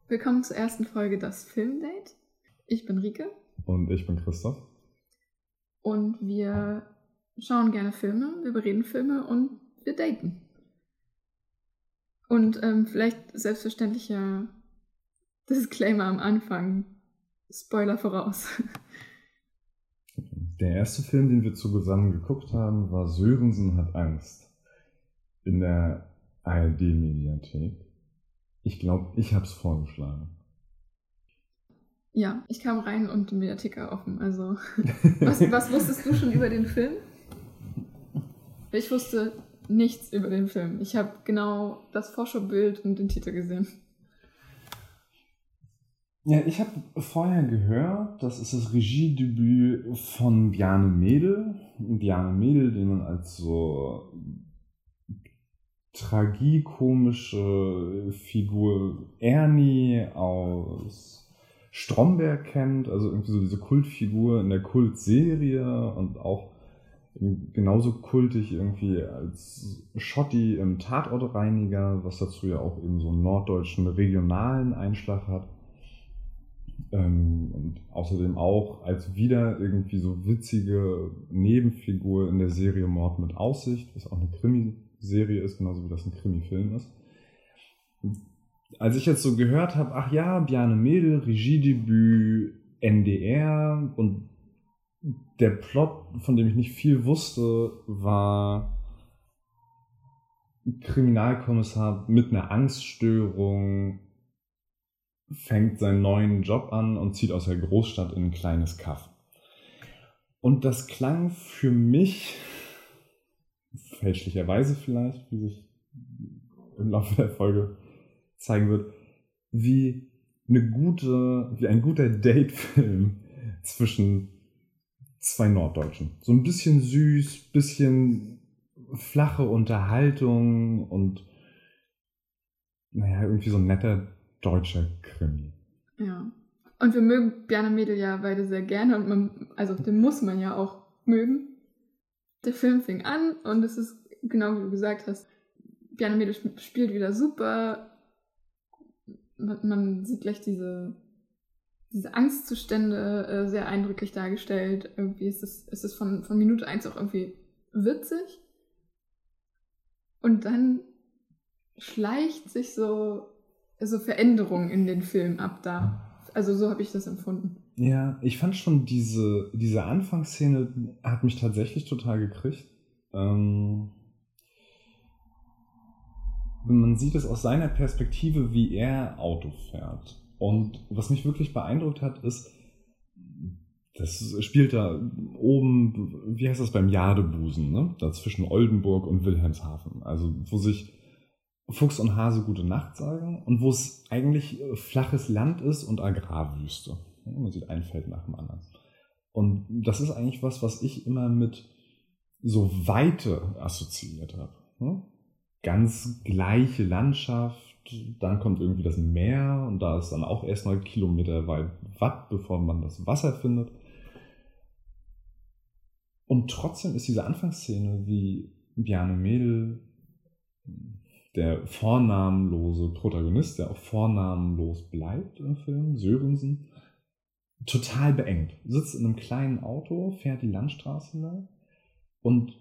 Willkommen zur ersten Folge Das Filmdate. Ich bin Rike. Und ich bin Christoph. Und wir schauen gerne Filme, wir bereden Filme und wir daten. Und vielleicht selbstverständlicher Disclaimer am Anfang. Spoiler voraus. Der erste Film, den wir zusammen geguckt haben, war Sörensen hat Angst. In der ARD-Mediathek. Ich glaube, ich habe es vorgeschlagen. Ja, ich kam rein und die Mediathek war offen. Also, was wusstest du schon über den Film? Ich wusste nichts über den Film. Ich habe genau das Vorschaubild und den Titel gesehen. Ja, ich habe vorher gehört, das ist das Regiedebüt von Bjarne Mädel. Bjarne Mädel, den man als so tragikomische Figur Ernie aus Stromberg kennt, also irgendwie so diese Kultfigur in der Kultserie und auch genauso kultig irgendwie als Schotti im Tatortreiniger, was dazu ja auch eben so einen norddeutschen regionalen Einschlag hat. Und außerdem auch als wieder irgendwie so witzige Nebenfigur in der Serie Mord mit Aussicht, was auch eine Krimiserie ist, genauso wie das ein Krimifilm ist. Als ich jetzt so gehört habe, ach ja, Bjarne Mädel, Regiedebüt, NDR und der Plot, von dem ich nicht viel wusste, war Kriminalkommissar mit einer Angststörung fängt seinen neuen Job an und zieht aus der Großstadt in ein kleines Kaff. Und das klang für mich, fälschlicherweise vielleicht, wie sich im Laufe der Folge zeigen wird, wie ein guter Date-Film zwischen zwei Norddeutschen. So ein bisschen süß, bisschen flache Unterhaltung und irgendwie so ein netter deutscher Krimi. Ja. Und wir mögen Bjarne Mädel ja beide sehr gerne und den muss man ja auch mögen. Der Film fing an und es ist genau wie du gesagt hast, Bjarne Mädel spielt wieder super. Man sieht gleich diese Angstzustände sehr eindrücklich dargestellt. Irgendwie ist es von Minute 1 auch irgendwie witzig. Und dann schleicht sich so Veränderungen in den Film ab da. Also so habe ich das empfunden. Ja, ich fand schon diese Anfangsszene hat mich tatsächlich total gekriegt. Man sieht es aus seiner Perspektive, wie er Auto fährt. Und was mich wirklich beeindruckt hat, ist, das spielt da oben, wie heißt das, beim Jadebusen, ne? Da zwischen Oldenburg und Wilhelmshaven. Also wo sich Fuchs und Hase gute Nacht sagen und wo es eigentlich flaches Land ist und Agrarwüste. Man sieht ein Feld nach dem anderen. Und das ist eigentlich was ich immer mit so Weite assoziiert habe. Ganz gleiche Landschaft, dann kommt irgendwie das Meer und da ist dann auch erst 9 Kilometer weit Watt, bevor man das Wasser findet. Und trotzdem ist diese Anfangsszene, wie Bjarne Mädel, der vornamenlose Protagonist, der auch vornamenlos bleibt im Film, Sörensen, total beengt. Sitzt in einem kleinen Auto, fährt die Landstraße lang und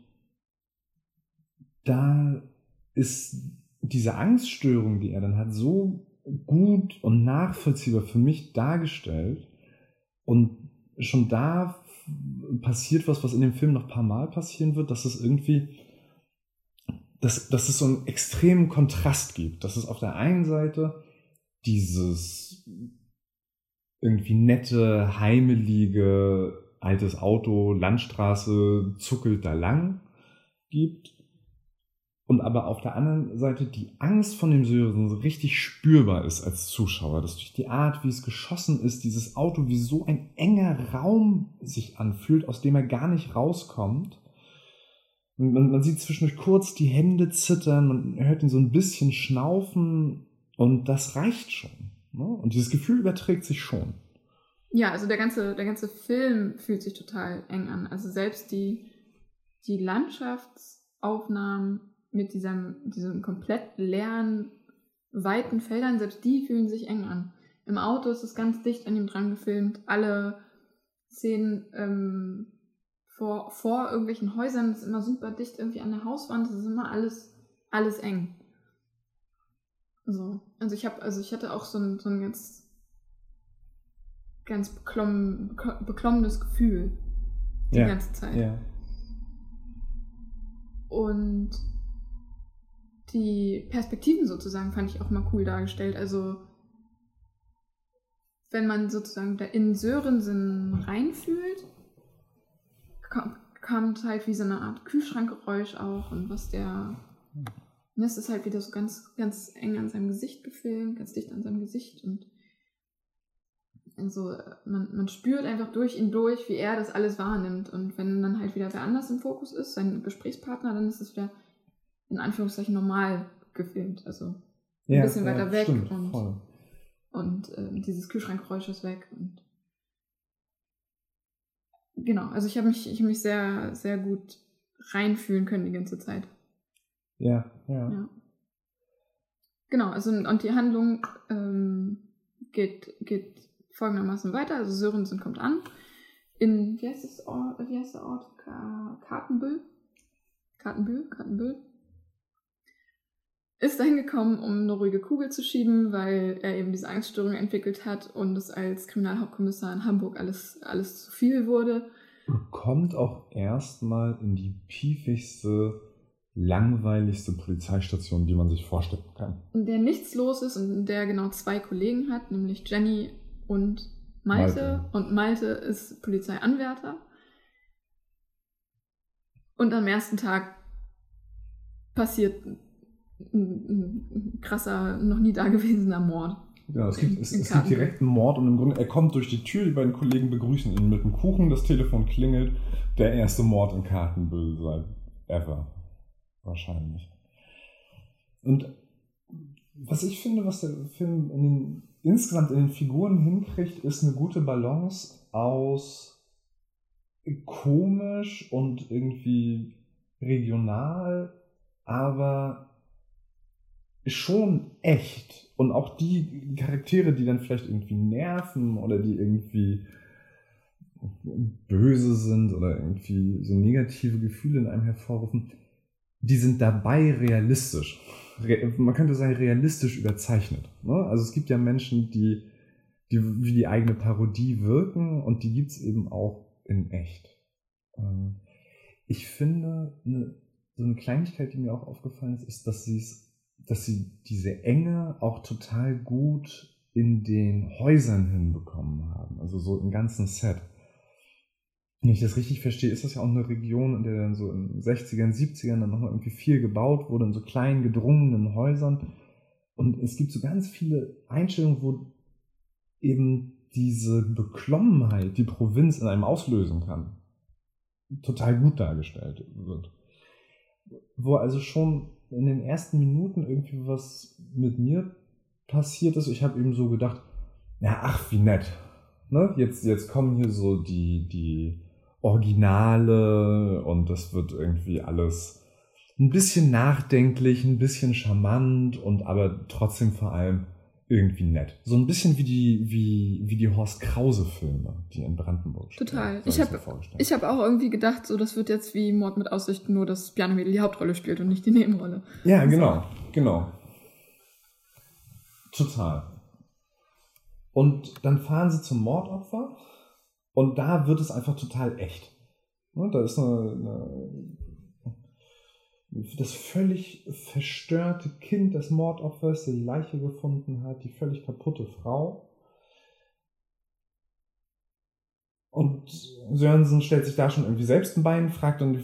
da ist diese Angststörung, die er dann hat, so gut und nachvollziehbar für mich dargestellt. Und schon da passiert was in dem Film noch ein paar Mal passieren wird, dass es irgendwie, dass es so einen extremen Kontrast gibt. Dass es auf der einen Seite dieses irgendwie nette, heimelige, altes Auto, Landstraße, zuckelt da lang gibt. Und aber auf der anderen Seite die Angst von dem Sörensen so richtig spürbar ist als Zuschauer. Dass durch die Art, wie es geschossen ist, dieses Auto wie so ein enger Raum sich anfühlt, aus dem er gar nicht rauskommt. Und man sieht zwischendurch kurz die Hände zittern, man hört ihn so ein bisschen schnaufen und das reicht schon. Ne? Und dieses Gefühl überträgt sich schon. Ja, also der ganze Film fühlt sich total eng an. Also selbst die Landschaftsaufnahmen mit diesem komplett leeren, weiten Feldern, selbst die fühlen sich eng an. im Auto ist es ganz dicht an ihm dran gefilmt. Alle Szenen vor irgendwelchen Häusern, das ist immer super dicht irgendwie an der Hauswand, das ist immer alles eng. So. Also ich hatte auch so ein ganz beklommenes Gefühl die ganze Zeit. Ja. Und die Perspektiven sozusagen fand ich auch mal cool dargestellt. Also wenn man sozusagen da in Sörensen reinfühlt, kam halt wie so eine Art Kühlschrankgeräusch auch und es ist halt wieder so ganz, ganz eng an seinem Gesicht gefilmt, ganz dicht an seinem Gesicht und also man spürt einfach durch ihn durch, wie er das alles wahrnimmt und wenn dann halt wieder wer anders im Fokus ist, sein Gesprächspartner, dann ist es wieder in Anführungszeichen normal gefilmt, also ein bisschen weiter weg stimmt, und dieses Kühlschrankgeräusch ist weg und genau, also ich habe mich sehr, sehr gut reinfühlen können die ganze Zeit. Ja. Genau, also und die Handlung geht folgendermaßen weiter. Also Sörensen kommt an in, wie heißt der Ort? Kartenbüll. Ist dahin gekommen, um eine ruhige Kugel zu schieben, weil er eben diese Angststörung entwickelt hat und es als Kriminalhauptkommissar in Hamburg alles zu viel wurde. Kommt auch erstmal in die piefigste, langweiligste Polizeistation, die man sich vorstellen kann. In der nichts los ist und in der genau 2 Kollegen hat, nämlich Jenny und Malte. Und Malte ist Polizeianwärter. Und am ersten Tag passiert ein krasser, noch nie dagewesener Mord. Ja, es gibt direkt einen Mord und im Grunde, er kommt durch die Tür, die beiden Kollegen begrüßen ihn mit einem Kuchen, das Telefon klingelt, der erste Mord in Kartenbüll seit ever. Wahrscheinlich. Und was ich finde, was der Film insgesamt in den Figuren hinkriegt, ist eine gute Balance aus komisch und irgendwie regional, aber schon echt. Und auch die Charaktere, die dann vielleicht irgendwie nerven oder die irgendwie böse sind oder irgendwie so negative Gefühle in einem hervorrufen, die sind dabei realistisch. Man könnte sagen, realistisch überzeichnet. Ne? Also es gibt ja Menschen, die wie die eigene Parodie wirken und die gibt es eben auch in echt. Ich finde, so eine Kleinigkeit, die mir auch aufgefallen ist, dass sie diese Enge auch total gut in den Häusern hinbekommen haben. Also so im ganzen Set. Wenn ich das richtig verstehe, ist das ja auch eine Region, in der dann so in den 60ern, 70ern dann nochmal irgendwie viel gebaut wurde, in so kleinen, gedrungenen Häusern. Und es gibt so ganz viele Einstellungen, wo eben diese Beklommenheit, die Provinz in einem auslösen kann, total gut dargestellt wird. Wo also schon in den ersten Minuten irgendwie was mit mir passiert ist. Ich habe eben so gedacht, ja, ach, wie nett. Ne? Jetzt kommen hier so die Originale und das wird irgendwie alles ein bisschen nachdenklich, ein bisschen charmant und aber trotzdem vor allem irgendwie nett. So ein bisschen wie die Horst Krause-Filme, die in Brandenburg spielen. Total. Ich hab auch irgendwie gedacht, so das wird jetzt wie Mord mit Aussicht, nur dass Bjarne Mädel die Hauptrolle spielt und nicht die Nebenrolle. Ja, genau. Total. Und dann fahren sie zum Mordopfer und da wird es einfach total echt. Da ist das völlig verstörte Kind des Mordopfers, die Leiche gefunden hat, die völlig kaputte Frau. Und Sörensen stellt sich da schon irgendwie selbst ein Bein, fragt dann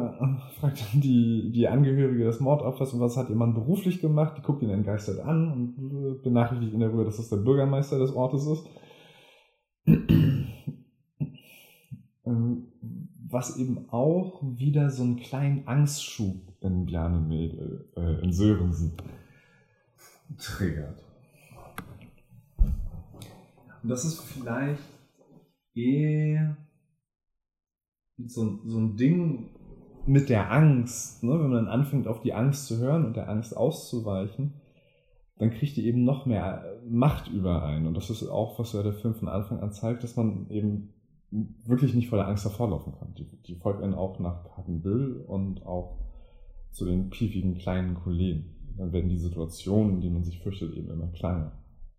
die Angehörige des Mordopfers, und was hat ihr Mann beruflich gemacht? Die guckt ihn entgeistert an und benachrichtigt ihn darüber, dass das der Bürgermeister des Ortes ist. Was eben auch wieder so einen kleinen Angstschub in Bjarne Mädel, in Sörensen triggert. Und das ist vielleicht so ein Ding mit der Angst, ne? Wenn man dann anfängt, auf die Angst zu hören und der Angst auszuweichen, dann kriegt die eben noch mehr Macht über einen. Und das ist auch, was ja der Film von Anfang an zeigt, dass man eben wirklich nicht vor der Angst davorlaufen kann. Die folgt einen auch nach Papenbüll und auch zu den piefigen kleinen Kollegen. Dann werden die Situationen, in denen man sich fürchtet, eben immer kleiner.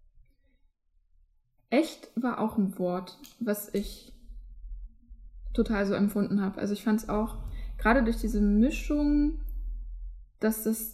Echt war auch ein Wort, was ich total so empfunden habe. Also ich fand es auch, gerade durch diese Mischung, dass das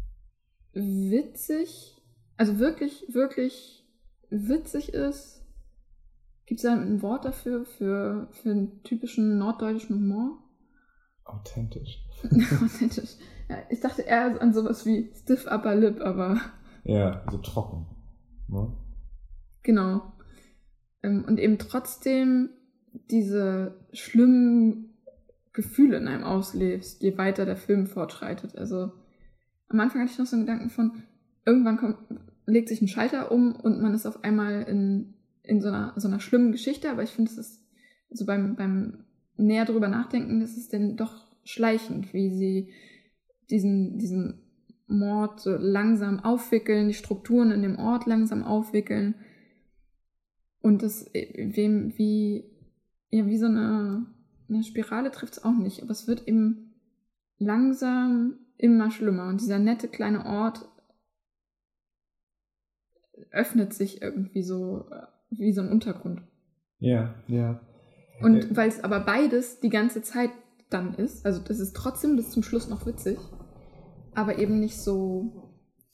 witzig, also wirklich, wirklich witzig ist. Gibt es da ein Wort dafür, für einen typischen norddeutschen Humor? Authentisch. Authentisch. Ja, ich dachte eher an sowas wie Stiff Upper Lip, aber... Ja, so trocken. Ne? Genau. Und eben trotzdem diese schlimmen Gefühle in einem auslebst, je weiter der Film fortschreitet. Also am Anfang hatte ich noch so einen Gedanken von, irgendwann legt sich ein Schalter um und man ist auf einmal in so einer schlimmen Geschichte, aber ich finde, es ist, also beim näher drüber nachdenken, das ist dann doch schleichend, wie sie diesen Mord so langsam aufwickeln, die Strukturen in dem Ort langsam aufwickeln und das wie so eine Spirale trifft es auch nicht, aber es wird eben langsam immer schlimmer und dieser nette kleine Ort öffnet sich irgendwie so wie so ein Untergrund. Ja, ja. Und weil es aber beides die ganze Zeit dann ist, also das ist trotzdem bis zum Schluss noch witzig, aber eben nicht so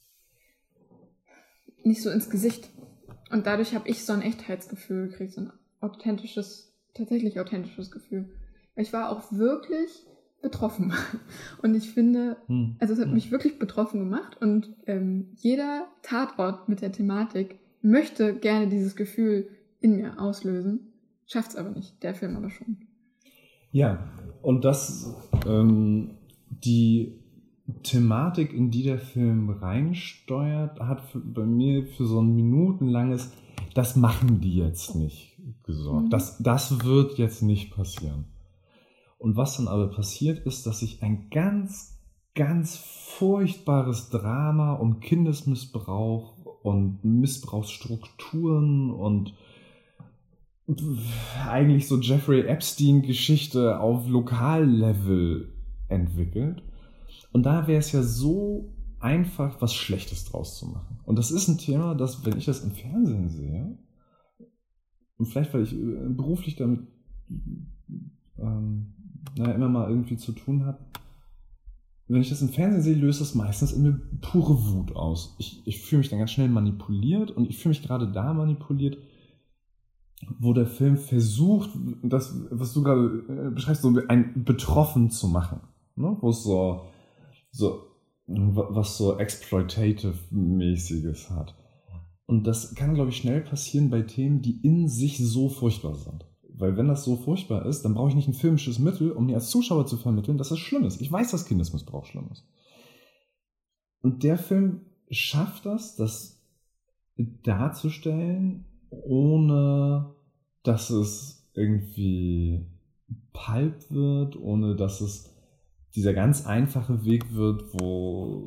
ins Gesicht. Und dadurch habe ich so ein Echtheitsgefühl gekriegt, so ein tatsächlich authentisches Gefühl. Ich war auch wirklich betroffen. Und ich finde, also es hat mich wirklich betroffen gemacht und jeder Tatort mit der Thematik möchte gerne dieses Gefühl in mir auslösen, schafft es aber nicht, der Film aber schon. Ja, und das, die Thematik, in die der Film reinsteuert, hat bei mir für so ein minutenlanges, das machen die jetzt nicht, gesorgt. Das wird jetzt nicht passieren. Und was dann aber passiert ist, dass sich ein ganz, ganz furchtbares Drama um Kindesmissbrauch und Missbrauchsstrukturen und eigentlich so Jeffrey Epstein-Geschichte auf Lokallevel entwickelt. Und da wäre es ja so einfach, was Schlechtes draus zu machen. Und das ist ein Thema, das, wenn ich das im Fernsehen sehe, und vielleicht, weil ich beruflich damit immer mal irgendwie zu tun habe, wenn ich das im Fernsehen sehe, löst das meistens in mir pure Wut aus. Ich fühle mich dann ganz schnell manipuliert und ich fühle mich gerade da manipuliert, wo der Film versucht, das, was du gerade beschreibst, so ein betroffen zu machen. Ne? Wo es so was so Exploitative-mäßiges hat. Und das kann, glaube ich, schnell passieren bei Themen, die in sich so furchtbar sind. Weil wenn das so furchtbar ist, dann brauche ich nicht ein filmisches Mittel, um mir als Zuschauer zu vermitteln, dass es schlimm ist. Ich weiß, dass Kindesmissbrauch schlimm ist. Und der Film schafft das darzustellen, ohne dass es irgendwie pulp wird, ohne dass es dieser ganz einfache Weg wird, wo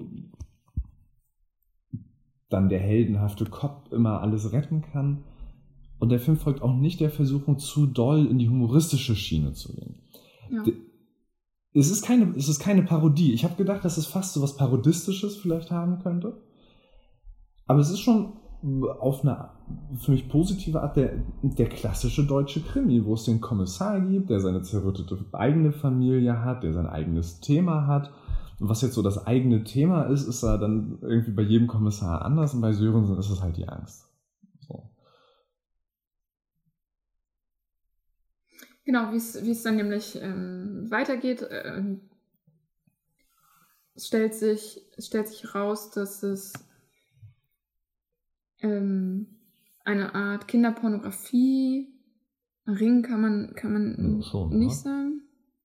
dann der heldenhafte Cop immer alles retten kann. Und der Film folgt auch nicht der Versuchung, zu doll in die humoristische Schiene zu gehen. Ja. Es ist keine Parodie. Ich habe gedacht, dass es fast so was Parodistisches vielleicht haben könnte. Aber es ist schon auf eine für mich positive Art der klassische deutsche Krimi, wo es den Kommissar gibt, der seine zerrüttete eigene Familie hat, der sein eigenes Thema hat. Und was jetzt so das eigene Thema ist er dann irgendwie bei jedem Kommissar anders und bei Sörensen ist es halt die Angst. So. Genau, wie es dann nämlich weitergeht, es stellt sich raus, dass es eine Art Kinderpornografie, Ring kann man schon, nicht sagen.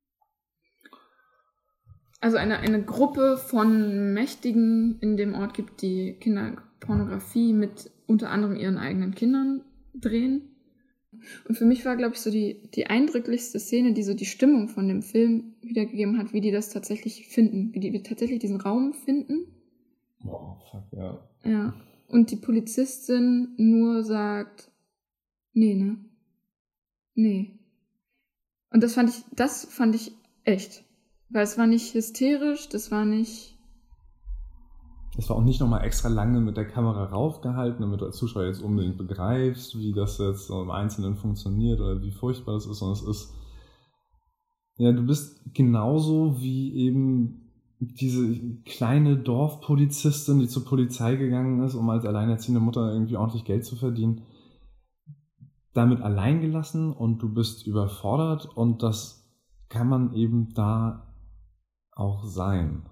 Also eine Gruppe von Mächtigen in dem Ort gibt, die Kinderpornografie mit unter anderem ihren eigenen Kindern drehen. Und für mich war, glaube ich, so die eindrücklichste Szene, die so die Stimmung von dem Film wiedergegeben hat, wie die das tatsächlich finden, wie die tatsächlich diesen Raum finden. Wow, fuck, ja. Ja. Und die Polizistin nur sagt, nee, ne? Nee. Und das fand ich echt. Weil es war nicht hysterisch, das war nicht... Es war auch nicht nochmal extra lange mit der Kamera raufgehalten, damit du als Zuschauer jetzt unbedingt begreifst, wie das jetzt so im Einzelnen funktioniert oder wie furchtbar das ist, sondern es ist, ja, du bist genauso wie eben diese kleine Dorfpolizistin, die zur Polizei gegangen ist, um als alleinerziehende Mutter irgendwie ordentlich Geld zu verdienen, damit allein gelassen und du bist überfordert und das kann man eben da auch sein.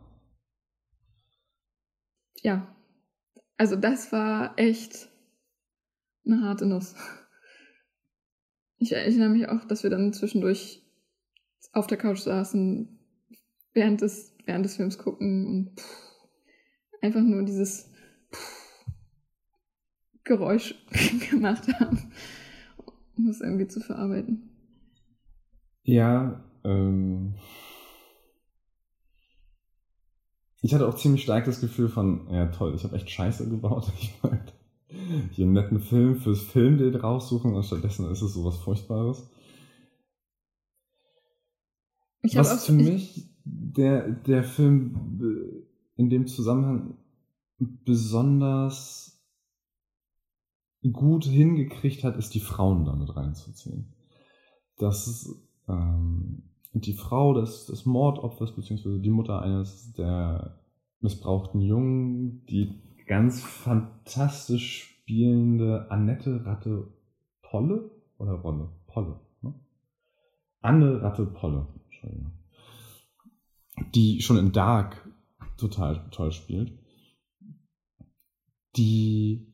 Ja, also das war echt eine harte Nuss. Ich erinnere mich auch, dass wir dann zwischendurch auf der Couch saßen, während des Films gucken und einfach nur dieses Geräusch gemacht haben, um das irgendwie zu verarbeiten. Ja, ich hatte auch ziemlich stark das Gefühl von, ja toll, ich habe echt Scheiße gebaut. Ich wollte hier einen netten Film fürs Filmdate raussuchen und stattdessen ist es sowas Furchtbares. Was für mich der Film in dem Zusammenhang besonders gut hingekriegt hat, ist die Frauen damit reinzuziehen. Das die Frau des Mordopfers, beziehungsweise die Mutter eines der missbrauchten Jungen, die ganz fantastisch spielende Annette Ratte Polle oder Rolle? Polle, ne? Anne Ratte Polle, Entschuldigung. Die schon in Dark total toll spielt. Die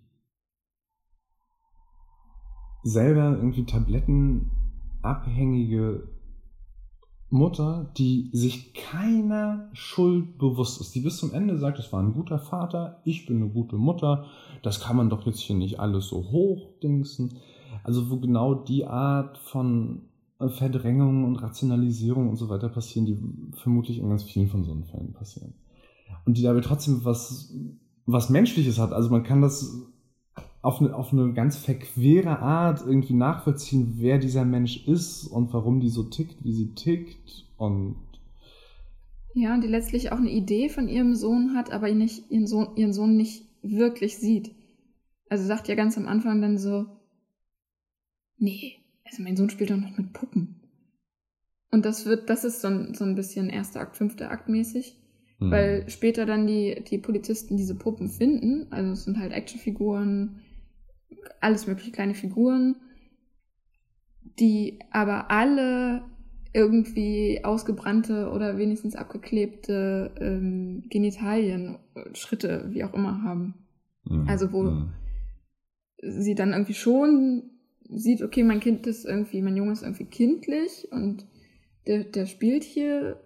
selber irgendwie tablettenabhängige Mutter, die sich keiner Schuld bewusst ist. Die bis zum Ende sagt, es war ein guter Vater, ich bin eine gute Mutter, das kann man doch jetzt hier nicht alles so hochdingsen. Also wo genau die Art von Verdrängung und Rationalisierung und so weiter passieren, die vermutlich in ganz vielen von so einen Fällen passieren. Und die dabei trotzdem was Menschliches hat. Also man kann das auf eine ganz verquere Art irgendwie nachvollziehen, wer dieser Mensch ist und warum die so tickt, wie sie tickt. Und ja, und die letztlich auch eine Idee von ihrem Sohn hat, aber ihren Sohn nicht wirklich sieht. Also sagt ja ganz am Anfang dann so, nee, also mein Sohn spielt doch noch mit Puppen. Und das ist so ein bisschen 1. Akt, 5. Akt mäßig. Weil später dann die Polizisten diese Puppen finden, also es sind halt Actionfiguren, alles mögliche kleine Figuren, die aber alle irgendwie ausgebrannte oder wenigstens abgeklebte Genitalien, Schritte, wie auch immer haben. Also wo sie dann irgendwie schon sieht, okay, mein Junge ist irgendwie kindlich und der spielt hier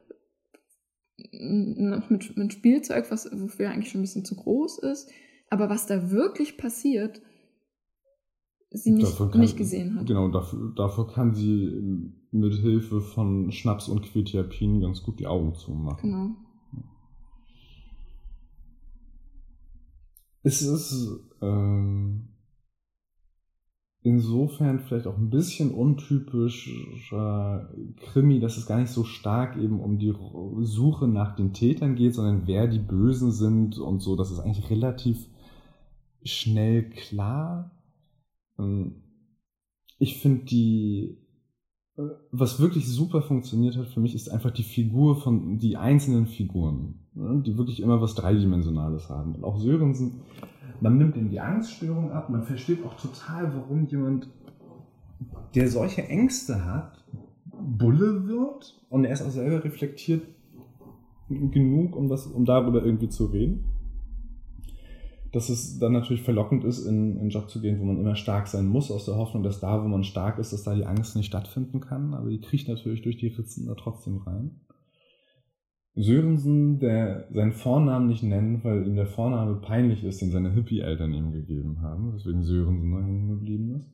noch mit Spielzeug, wofür er eigentlich schon ein bisschen zu groß ist, aber was da wirklich passiert, sie nicht gesehen hat. Genau, dafür kann sie mit Hilfe von Schnaps und Quetiapin ganz gut die Augen zumachen. Genau. Es ist insofern vielleicht auch ein bisschen untypischer Krimi, dass es gar nicht so stark eben um die Suche nach den Tätern geht, sondern wer die Bösen sind und so. Das ist eigentlich relativ schnell klar. Ich finde was wirklich super funktioniert hat für mich, ist einfach die einzelnen Figuren, die wirklich immer was Dreidimensionales haben. Und auch Sörensen, man nimmt ihm die Angststörung ab, man versteht auch total, warum jemand, der solche Ängste hat, Bulle wird, und er ist auch selber reflektiert genug, um darüber irgendwie zu reden. Dass es dann natürlich verlockend ist, in einen Job zu gehen, wo man immer stark sein muss, aus der Hoffnung, dass da, wo man stark ist, dass da die Angst nicht stattfinden kann. Aber die kriecht natürlich durch die Ritzen da trotzdem rein. Sörensen, der seinen Vornamen nicht nennt, weil ihm der Vorname peinlich ist, den seine Hippie-Eltern ihm gegeben haben, weswegen Sörensen da hängen geblieben ist.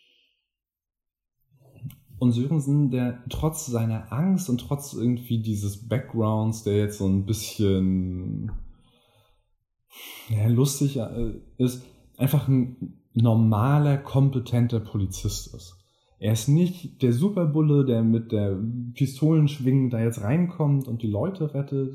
Und Sörensen, der trotz seiner Angst und trotz irgendwie dieses Backgrounds, der jetzt so ein bisschen Ja, lustig ist, einfach ein normaler, kompetenter Polizist ist. Er ist nicht der Superbulle, der mit der Pistolenschwingen da jetzt reinkommt und die Leute rettet.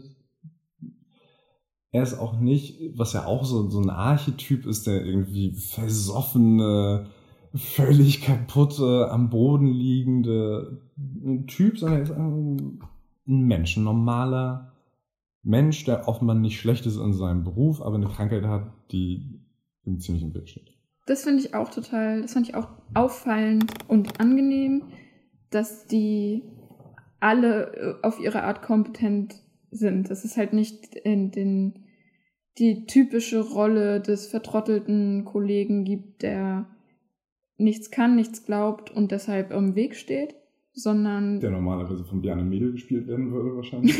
Er ist auch nicht, was ja auch so ein Archetyp ist, der irgendwie versoffene, völlig kaputte, am Boden liegende Typ, sondern er ist ein Mensch, ein normaler Mensch, der offenbar nicht schlecht ist in seinem Beruf, aber eine Krankheit hat, die ihm ziemlich im Weg steht. Das fand ich auch auffallend und angenehm, dass die alle auf ihre Art kompetent sind. Das ist halt nicht die typische Rolle des vertrottelten Kollegen gibt, der nichts kann, nichts glaubt und deshalb im Weg steht, sondern... Der normalerweise von Bjarne Mädel gespielt werden würde wahrscheinlich.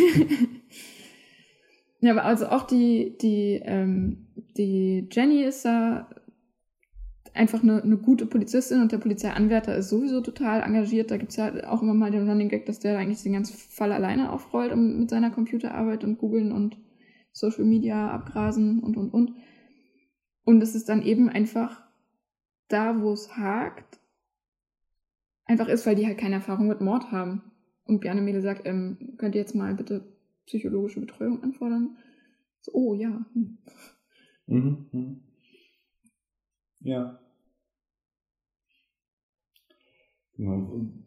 Ja, aber also auch die Jenny ist da einfach eine gute Polizistin und der Polizeianwärter ist sowieso total engagiert. Da gibt's ja auch immer mal den Running Gag, dass der eigentlich den ganzen Fall alleine aufrollt mit seiner Computerarbeit und Googlen und Social Media abgrasen und. Und es ist dann eben einfach da, wo es hakt, einfach ist, weil die halt keine Erfahrung mit Mord haben. Und Bjarne Mädel sagt, könnt ihr jetzt mal bitte psychologische Betreuung anfordern? So, oh ja. Ja. Genau. Und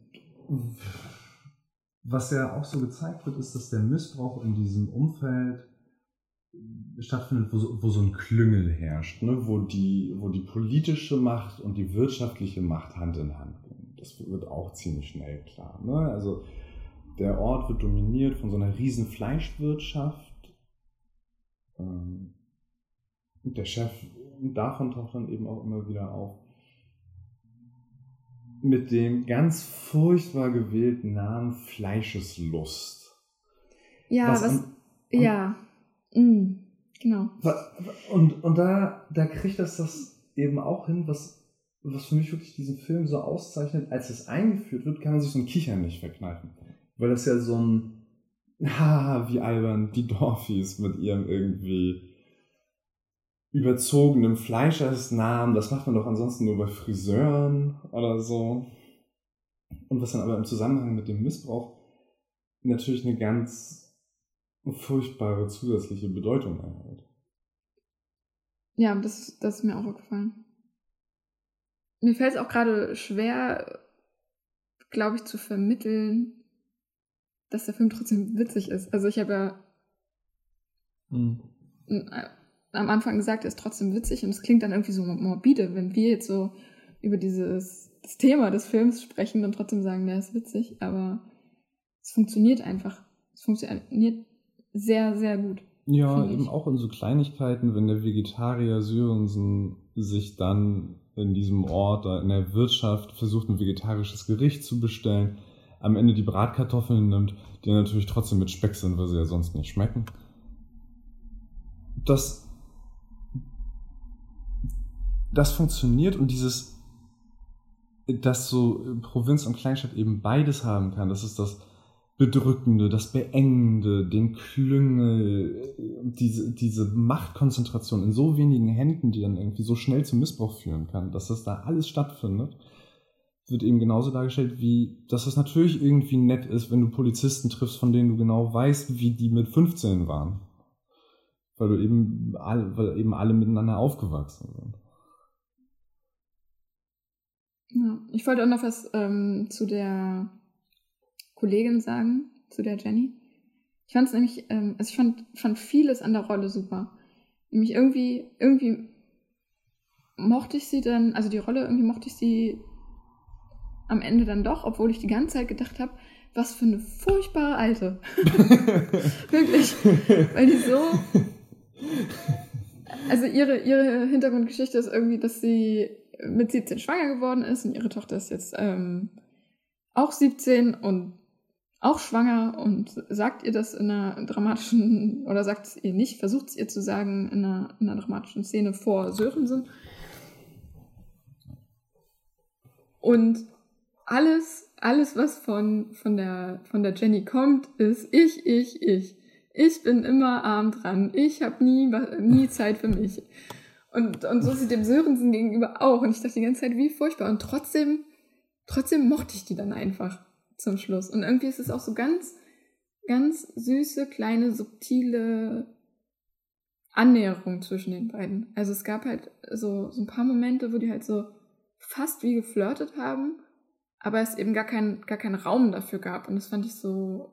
was ja auch so gezeigt wird, ist, dass der Missbrauch in diesem Umfeld stattfindet, wo so ein Klüngel herrscht, ne? wo die politische Macht und die wirtschaftliche Macht Hand in Hand gehen. Das wird auch ziemlich schnell klar. Ne? Also der Ort wird dominiert von so einer riesen Fleischwirtschaft. Und der Chef davon taucht dann eben auch immer wieder auf. Mit dem ganz furchtbar gewählten Namen Fleischeslust. Ja, genau. Und da kriegt das eben auch hin, was für mich wirklich diesen Film so auszeichnet. Als es eingeführt wird, kann man sich so ein Kichern nicht verkneifen. Weil das ja so ein, wie albern, die Dorfies mit ihrem irgendwie überzogenen Fleischersnamen, das macht man doch ansonsten nur bei Friseuren oder so. Und was dann aber im Zusammenhang mit dem Missbrauch natürlich eine ganz furchtbare zusätzliche Bedeutung erhält. Ja, das ist mir auch aufgefallen. Mir fällt es auch gerade schwer, glaube ich, zu vermitteln, dass der Film trotzdem witzig ist. Also ich habe ja am Anfang gesagt, er ist trotzdem witzig und es klingt dann irgendwie so morbide, wenn wir jetzt so über das Thema des Films sprechen und trotzdem sagen, der ist witzig, aber es funktioniert einfach. Es funktioniert sehr, sehr gut. Ja, eben auch in so Kleinigkeiten, wenn der Vegetarier Sörensen sich dann in diesem Ort, da in der Wirtschaft, versucht, ein vegetarisches Gericht zu bestellen, am Ende die Bratkartoffeln nimmt, die natürlich trotzdem mit Speck sind, weil sie ja sonst nicht schmecken. Das funktioniert und dass so Provinz und Kleinstadt eben beides haben kann, das ist das Bedrückende, das Beengende, den Klüngel, diese Machtkonzentration in so wenigen Händen, die dann irgendwie so schnell zum Missbrauch führen kann, dass das da alles stattfindet, wird eben genauso dargestellt, wie dass es natürlich irgendwie nett ist, wenn du Polizisten triffst, von denen du genau weißt, wie die mit 15 waren. Weil eben alle miteinander aufgewachsen sind. Ja, ich wollte auch noch was zu der Kollegin sagen, zu der Jenny. Ich fand es nämlich, ich fand vieles an der Rolle super. Nämlich irgendwie mochte ich sie dann, also die Rolle, irgendwie mochte ich sie am Ende dann doch, obwohl ich die ganze Zeit gedacht habe, was für eine furchtbare Alte. Wirklich. Weil die so... Also ihre Hintergrundgeschichte ist irgendwie, dass sie mit 17 schwanger geworden ist und ihre Tochter ist jetzt auch 17 und auch schwanger und sagt ihr das in einer dramatischen, oder sagt es ihr nicht, versucht es ihr zu sagen in einer dramatischen Szene vor Sörensen. Und alles, was von der Jenny kommt, ist ich. Ich bin immer arm dran. Ich habe nie Zeit für mich. Und so ist sie dem Sörensen gegenüber auch. Und ich dachte die ganze Zeit, wie furchtbar. Und trotzdem mochte ich die dann einfach zum Schluss. Und irgendwie ist es auch so ganz, ganz süße, kleine, subtile Annäherung zwischen den beiden. Also es gab halt so ein paar Momente, wo die halt so fast wie geflirtet haben, aber es eben gar keinen Raum dafür gab. Und das fand ich so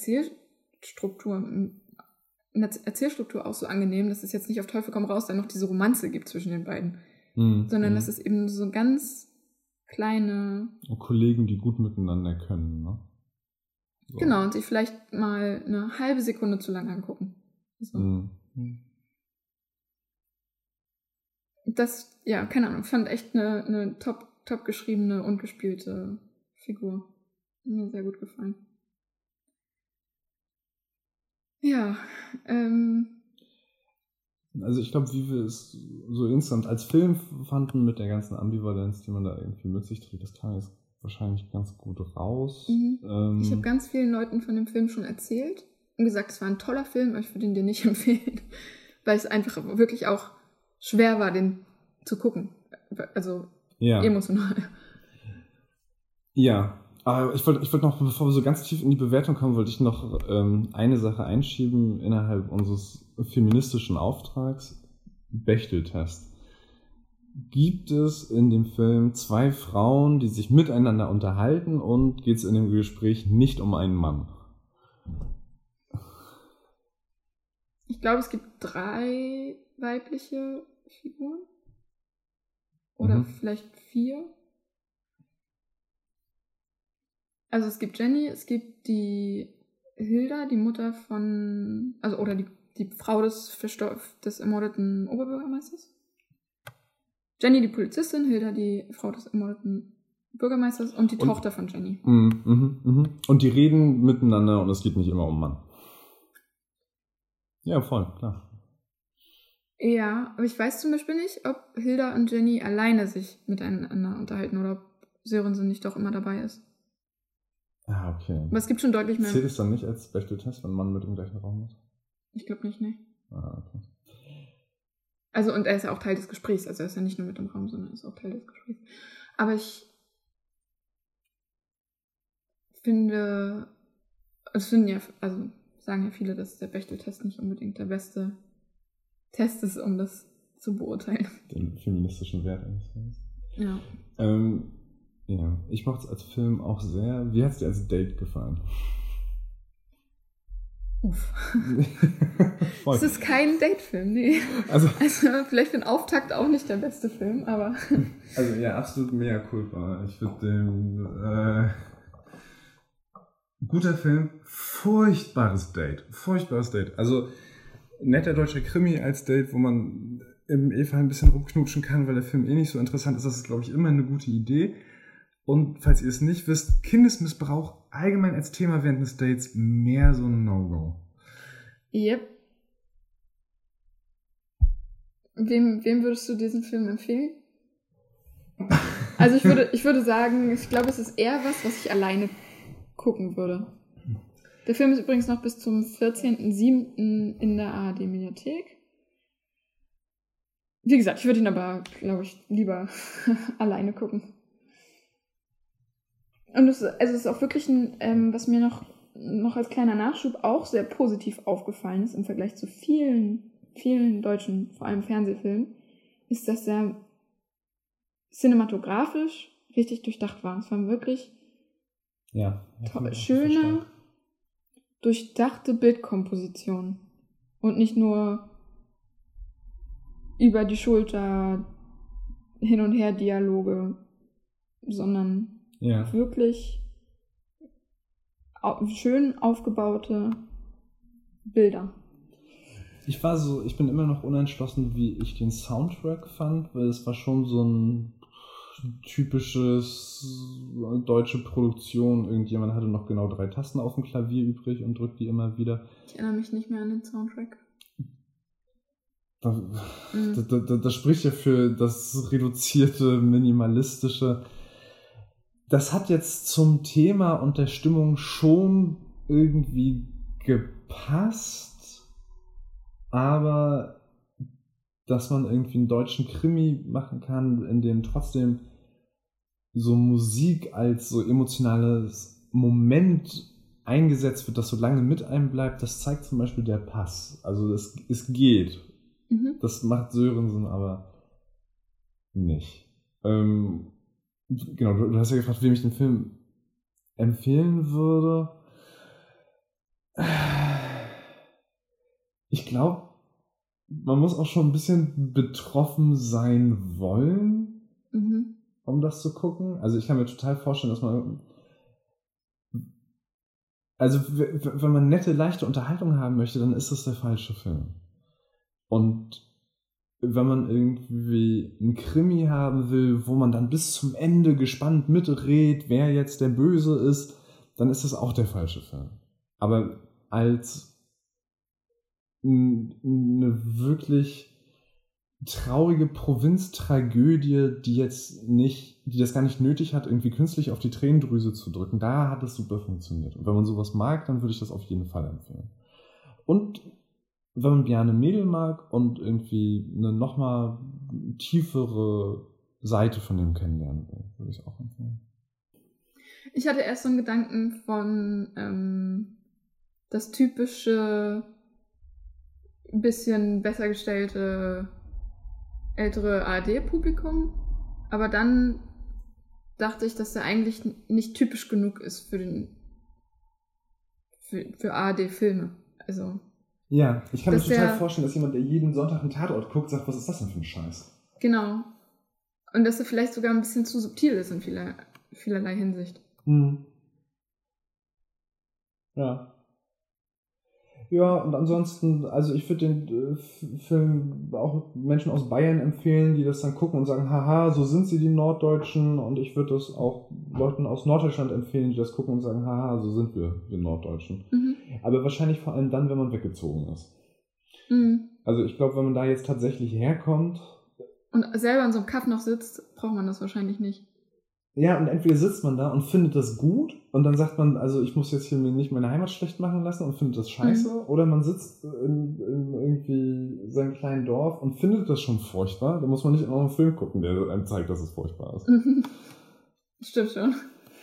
in der Erzählstruktur auch so angenehm, dass es jetzt nicht auf Teufel komm raus dann noch diese Romanze gibt zwischen den beiden. Sondern dass es eben so ganz kleine... Und Kollegen, die gut miteinander können, ne? So. Genau, und sich vielleicht mal eine halbe Sekunde zu lang angucken. So. Das, ja, keine Ahnung, fand echt eine top geschriebene und gespielte Figur. Mir sehr gut gefallen. Ja, Also ich glaube, wie wir es so insgesamt als Film fanden, mit der ganzen Ambivalenz, die man da irgendwie mit sich trägt, das kam jetzt wahrscheinlich ganz gut raus. Ich habe ganz vielen Leuten von dem Film schon erzählt und gesagt, es war ein toller Film, aber ich würde ihn dir nicht empfehlen, weil es einfach wirklich auch schwer war, den zu gucken. Also emotional. Ja, aber ich wollte noch, bevor wir so ganz tief in die Bewertung kommen, wollte ich noch eine Sache einschieben innerhalb unseres feministischen Auftrags. Bechteltest. Gibt es in dem Film 2 Frauen, die sich miteinander unterhalten und geht es in dem Gespräch nicht um einen Mann? Ich glaube, es gibt 3 weibliche Figuren. Oder vielleicht 4. Also es gibt Jenny, es gibt die Hilda, die Mutter von... Also oder die Frau des ermordeten Oberbürgermeisters. Jenny, die Polizistin, Hilda, die Frau des ermordeten Bürgermeisters und die Tochter von Jenny. Und die reden miteinander und es geht nicht immer um Mann. Ja, voll, klar. Ja, aber ich weiß zum Beispiel nicht, ob Hilda und Jenny alleine sich miteinander unterhalten oder ob Sörensen nicht doch immer dabei ist. Ah, okay. Aber es gibt schon deutlich mehr... Zählt es dann nicht als Bechteltest, wenn ein Mann mit im gleichen Raum ist? Ich glaube nicht, ne. Ah, okay. Also, und er ist ja auch Teil des Gesprächs. Also er ist ja nicht nur mit im Raum, sondern er ist auch Teil des Gesprächs. Aber ich finde, sagen ja viele, dass der Bechteltest nicht unbedingt der beste Test ist, um das zu beurteilen. Den feministischen Wert eines Films. Ja. Ja, ich mochte es als Film auch sehr. Wie hat es dir als Date gefallen? Uff. Es ist kein Date-Film, nee. Also vielleicht für den Auftakt auch nicht der beste Film, aber... Also ja, absolut mega culpa. Ich finde den guter Film, furchtbares Date. Also netter deutscher Krimi als Date, wo man im Eva ein bisschen rumknutschen kann, weil der Film nicht so interessant ist. Das ist, glaube ich, immer eine gute Idee. Und falls ihr es nicht wisst, Kindesmissbrauch allgemein als Thema während des Dates mehr so ein No-Go. Yep. Wem würdest du diesen Film empfehlen? Also ich würde sagen, ich glaube, es ist eher was ich alleine gucken würde. Der Film ist übrigens noch bis zum 14.07. in der ARD-Mediathek. Wie gesagt, ich würde ihn aber, glaube ich, lieber alleine gucken. Und es ist auch wirklich was mir noch als kleiner Nachschub auch sehr positiv aufgefallen ist im Vergleich zu vielen, vielen deutschen, vor allem Fernsehfilmen, ist, dass er cinematografisch richtig durchdacht war. Es waren wirklich schöne, durchdachte Bildkompositionen. Und nicht nur über die Schulter hin und her Dialoge, sondern wirklich schön aufgebaute Bilder. Ich bin immer noch unentschlossen, wie ich den Soundtrack fand, weil es war schon so ein typisches deutsche Produktion. Irgendjemand hatte noch genau 3 Tasten auf dem Klavier übrig und drückt die immer wieder. Ich erinnere mich nicht mehr an den Soundtrack. Das spricht ja für das reduzierte, minimalistische. Das hat jetzt zum Thema und der Stimmung schon irgendwie gepasst. aber dass man irgendwie einen deutschen Krimi machen kann, in dem trotzdem so Musik als so emotionales Moment eingesetzt wird, das so lange mit einem bleibt, das zeigt zum Beispiel der Pass. Also es geht. Mhm. Das macht Sörensen aber nicht. Genau, du hast ja gefragt, wem ich den Film empfehlen würde. Ich glaube, man muss auch schon ein bisschen betroffen sein wollen, um das zu gucken. Also ich kann mir total vorstellen, dass man... Also wenn man nette, leichte Unterhaltung haben möchte, dann ist das der falsche Film. Und wenn man irgendwie einen Krimi haben will, wo man dann bis zum Ende gespannt mitredet, wer jetzt der Böse ist, dann ist das auch der falsche Film. Aber als eine wirklich traurige Provinztragödie, die das gar nicht nötig hat, irgendwie künstlich auf die Tränendrüse zu drücken, da hat es super funktioniert. Und wenn man sowas mag, dann würde ich das auf jeden Fall empfehlen. Und wenn man Bjarne Mädel mag und irgendwie eine nochmal tiefere Seite von dem kennenlernen will, würde ich es auch empfehlen. Ich hatte erst so einen Gedanken von das typische, bisschen besser gestellte ältere ARD-Publikum, aber dann dachte ich, dass der eigentlich nicht typisch genug ist für ARD-Filme. Also ja, ich kann mir total vorstellen, dass jemand, der jeden Sonntag einen Tatort guckt, sagt, was ist das denn für ein Scheiß? Genau. Und dass er vielleicht sogar ein bisschen zu subtil ist in vielerlei Hinsicht. Ja. Ja, und ansonsten, also ich würde den Film auch Menschen aus Bayern empfehlen, die das dann gucken und sagen, haha, so sind sie die Norddeutschen. Und ich würde das auch Leuten aus Norddeutschland empfehlen, die das gucken und sagen, haha, so sind wir Norddeutschen. Aber wahrscheinlich vor allem dann, wenn man weggezogen ist. Also ich glaube, wenn man da jetzt tatsächlich herkommt... Und selber in so einem Kaff noch sitzt, braucht man das wahrscheinlich nicht. Ja, und entweder sitzt man da und findet das gut und dann sagt man, also ich muss jetzt hier mir nicht meine Heimat schlecht machen lassen und findet das scheiße, oder man sitzt in irgendwie seinem kleinen Dorf und findet das schon furchtbar, da muss man nicht immer einen Film gucken, der einem zeigt, dass es furchtbar ist. Stimmt schon.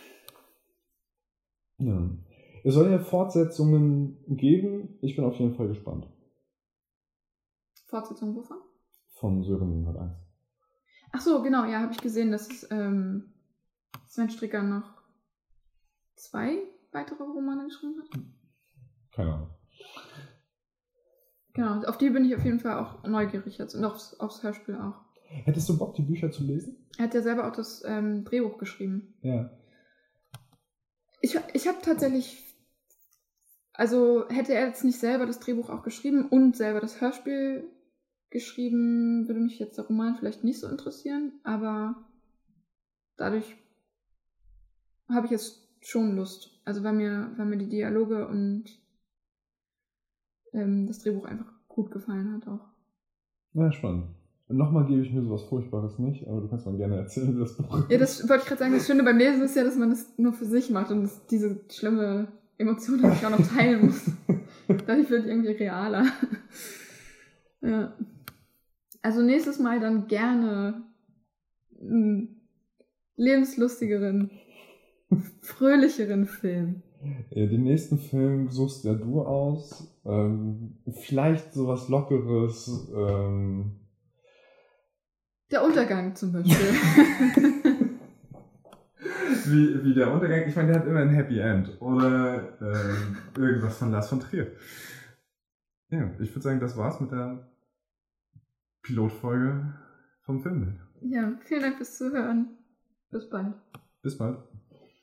Ja. Es soll ja Fortsetzungen geben, ich bin auf jeden Fall gespannt. Fortsetzung wovon? Von Sören hat Angst. Ach so, genau, ja, habe ich gesehen, dass es Sven Stricker noch 2 weitere Romane geschrieben hat. Keine Ahnung. Genau, auf die bin ich auf jeden Fall auch neugierig jetzt und aufs Hörspiel auch. Hättest du Bock, die Bücher zu lesen? Er hat ja selber auch das Drehbuch geschrieben. Ja. Ich habe tatsächlich, also hätte er jetzt nicht selber das Drehbuch auch geschrieben und selber das Hörspiel geschrieben, würde mich jetzt der Roman vielleicht nicht so interessieren, aber dadurch habe ich jetzt schon Lust. Also weil mir die Dialoge und das Drehbuch einfach gut gefallen hat auch. Ja, spannend. Nochmal gebe ich mir sowas Furchtbares nicht, aber du kannst mal gerne erzählen, wie das Buch ist. Ja, das wollte ich gerade sagen. Das Schöne beim Lesen ist ja, dass man das nur für sich macht und diese schlimme Emotion natürlich auch noch teilen muss. Dadurch wird irgendwie realer. Ja. Also nächstes Mal dann gerne einen lebenslustigeren, fröhlicheren Film. Ja, den nächsten Film suchst ja du aus. Vielleicht sowas Lockeres. Der Untergang zum Beispiel. wie der Untergang? Ich meine, der hat immer ein Happy End. Oder irgendwas von Lars von Trier. Ja, ich würde sagen, das war's mit der Pilotfolge vom Filmbild. Ja, vielen Dank fürs Zuhören. Bis bald. Bis bald.